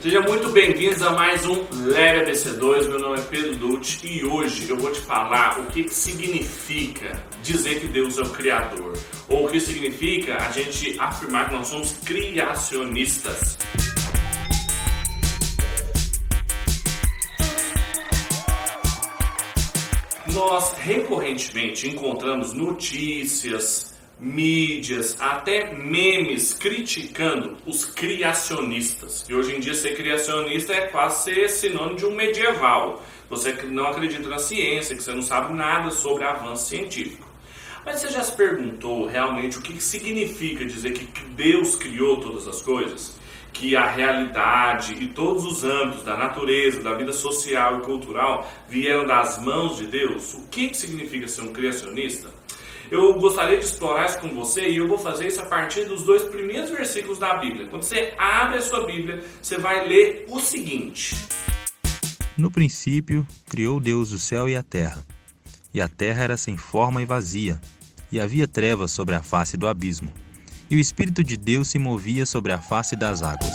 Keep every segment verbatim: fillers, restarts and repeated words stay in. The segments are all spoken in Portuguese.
Sejam muito bem-vindos a mais um Leve A B C dois, meu nome é Pedro Dutti e hoje eu vou te falar o que, que significa dizer que Deus é o Criador, ou o que significa a gente afirmar que nós somos criacionistas. Nós recorrentemente encontramos notícias, mídias, até memes criticando os criacionistas. E hoje em dia ser criacionista é quase ser sinônimo de um medieval. Você que não acredita na ciência, que você não sabe nada sobre avanço científico. Mas você já se perguntou realmente o que significa dizer que Deus criou todas as coisas? Que a realidade e todos os âmbitos da natureza, da vida social e cultural vieram das mãos de Deus? O que significa ser um criacionista? Eu gostaria de explorar isso com você e eu vou fazer isso a partir dos dois primeiros versículos da Bíblia. Quando você abre a sua Bíblia, você vai ler o seguinte: No princípio, criou Deus o céu e a terra. E a terra era sem forma e vazia, e havia trevas sobre a face do abismo. E o Espírito de Deus se movia sobre a face das águas.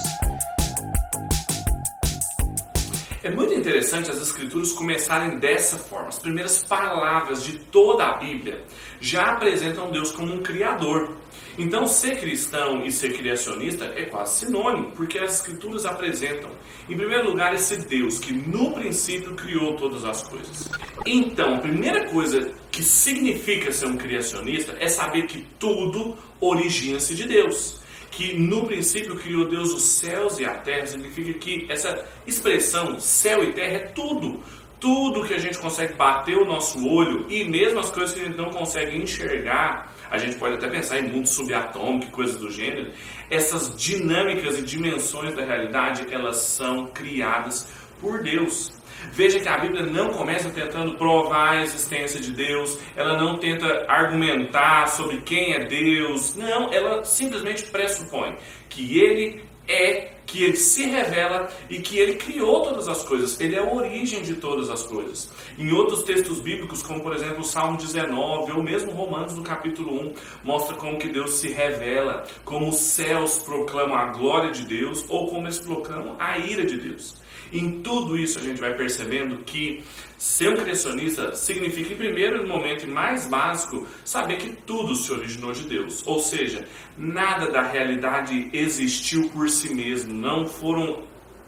É muito interessante as Escrituras começarem dessa forma. As primeiras palavras de toda a Bíblia já apresentam Deus como um Criador. Então, ser cristão e ser criacionista é quase sinônimo, porque as Escrituras apresentam, em primeiro lugar, esse Deus que no princípio criou todas as coisas. Então, a primeira coisa que significa ser um criacionista é saber que tudo origina-se de Deus. Que no princípio criou Deus os céus e a terra, significa que essa expressão céu e terra é tudo. Tudo que a gente consegue bater o nosso olho e mesmo as coisas que a gente não consegue enxergar, a gente pode até pensar em mundo subatômico e coisas do gênero, essas dinâmicas e dimensões da realidade, elas são criadas por Deus. Veja que a Bíblia não começa tentando provar a existência de Deus, ela não tenta argumentar sobre quem é Deus, não, ela simplesmente pressupõe que Ele é, que Ele se revela e que Ele criou todas as coisas, Ele é a origem de todas as coisas. Em outros textos bíblicos, como por exemplo o Salmo dezenove, ou mesmo Romanos no capítulo um, mostra como que Deus se revela, como os céus proclamam a glória de Deus, ou como eles proclamam a ira de Deus. Em tudo isso a gente vai percebendo que ser um criacionista significa, em primeiro momento e mais básico, saber que tudo se originou de Deus. Ou seja, nada da realidade existiu por si mesmo, não foram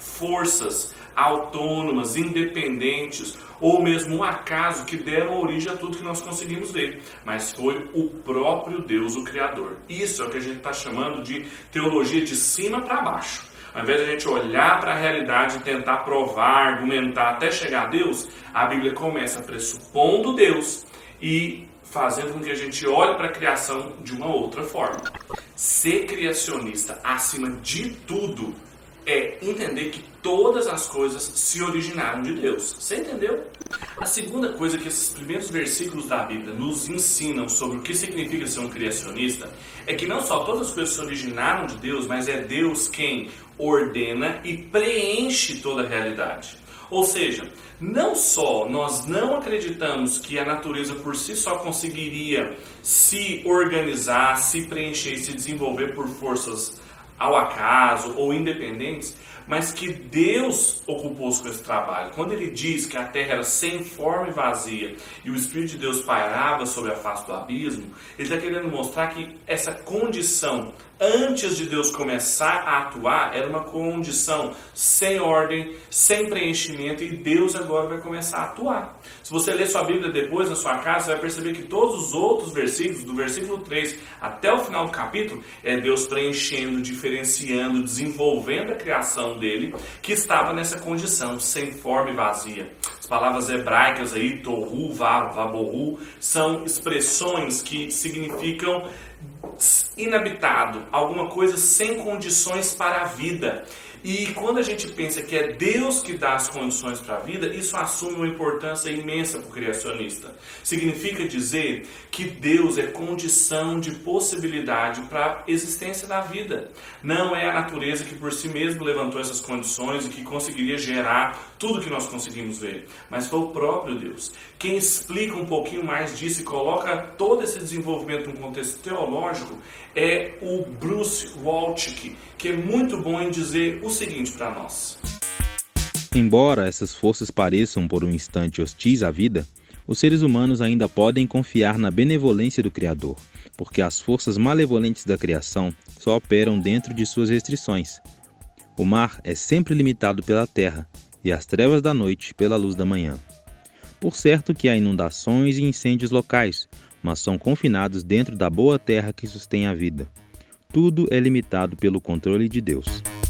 forças autônomas, independentes, ou mesmo um acaso que deram origem a tudo que nós conseguimos ver, mas foi o próprio Deus, o Criador. Isso é o que a gente está chamando de teologia de cima para baixo. Ao invés de a gente olhar para a realidade e tentar provar, argumentar até chegar a Deus, a Bíblia começa pressupondo Deus e fazendo com que a gente olhe para a criação de uma outra forma. Ser criacionista acima de tudo é entender que todas as coisas se originaram de Deus. Você entendeu? A segunda coisa que esses primeiros versículos da Bíblia nos ensinam sobre o que significa ser um criacionista é que não só todas as coisas se originaram de Deus, mas é Deus quem ordena e preenche toda a realidade. Ou seja, não só nós não acreditamos que a natureza por si só conseguiria se organizar, se preencher e se desenvolver por forças ao acaso ou independentes, mas que Deus ocupou-se com esse trabalho. Quando ele diz que a terra era sem forma e vazia e o Espírito de Deus pairava sobre a face do abismo, ele está querendo mostrar que essa condição, antes de Deus começar a atuar, era uma condição sem ordem, sem preenchimento, e Deus agora vai começar a atuar. Se você ler sua Bíblia depois na sua casa, você vai perceber que todos os outros versículos, do versículo três até o final do capítulo, é Deus preenchendo, diferenciando, desenvolvendo a criação dele, que estava nessa condição, sem forma e vazia. As palavras hebraicas aí, tohu, vav, vabohu, são expressões que significam inabitado, alguma coisa sem condições para a vida. E quando a gente pensa que é Deus que dá as condições para a vida, isso assume uma importância imensa para o criacionista. Significa dizer que Deus é condição de possibilidade para a existência da vida. Não é a natureza que por si mesmo levantou essas condições e que conseguiria gerar tudo que nós conseguimos ver, mas foi o próprio Deus. Quem explica um pouquinho mais disso e coloca todo esse desenvolvimento num contexto teológico é o Bruce Waltke, que é muito bom em dizer o seguinte para nós. Embora essas forças pareçam por um instante hostis à vida, os seres humanos ainda podem confiar na benevolência do Criador, porque as forças malevolentes da criação só operam dentro de suas restrições. O mar é sempre limitado pela terra, e as trevas da noite pela luz da manhã. Por certo que há inundações e incêndios locais, mas são confinados dentro da boa terra que sustém a vida. Tudo é limitado pelo controle de Deus.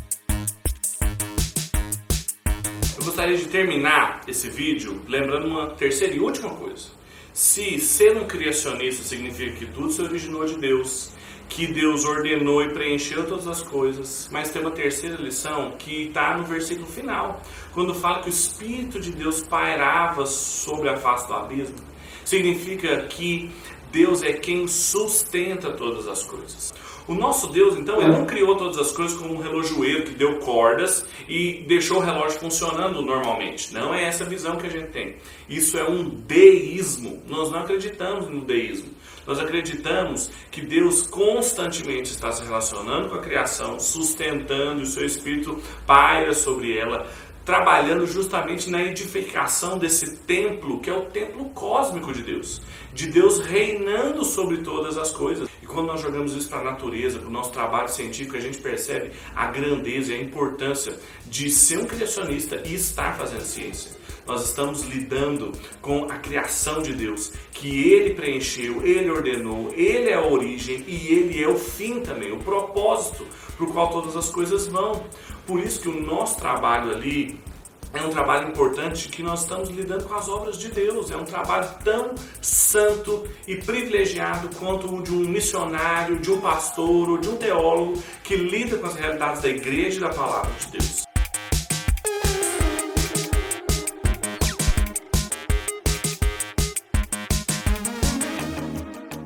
Eu gostaria de terminar esse vídeo lembrando uma terceira e última coisa. Se ser um criacionista significa que tudo se originou de Deus, que Deus ordenou e preencheu todas as coisas, mas tem uma terceira lição que está no versículo final, quando fala que o Espírito de Deus pairava sobre a face do abismo. Significa que Deus é quem sustenta todas as coisas. O nosso Deus, então, ele não criou todas as coisas como um relojoeiro que deu cordas e deixou o relógio funcionando normalmente. Não é essa a visão que a gente tem. Isso é um deísmo. Nós não acreditamos no deísmo. Nós acreditamos que Deus constantemente está se relacionando com a criação, sustentando, e o seu Espírito paira sobre ela, trabalhando justamente na edificação desse templo, que é o templo cósmico de Deus, de Deus reinando sobre todas as coisas. E quando nós jogamos isso para a natureza, para o nosso trabalho científico, a gente percebe a grandeza e a importância de ser um criacionista e estar fazendo ciência. Nós estamos lidando com a criação de Deus, que Ele preencheu, Ele ordenou, Ele é a origem e Ele é o fim também, o propósito para o qual todas as coisas vão. Por isso que o nosso trabalho ali é um trabalho importante, que nós estamos lidando com as obras de Deus. É um trabalho tão santo e privilegiado quanto o de um missionário, de um pastor ou de um teólogo que lida com as realidades da igreja e da palavra de Deus.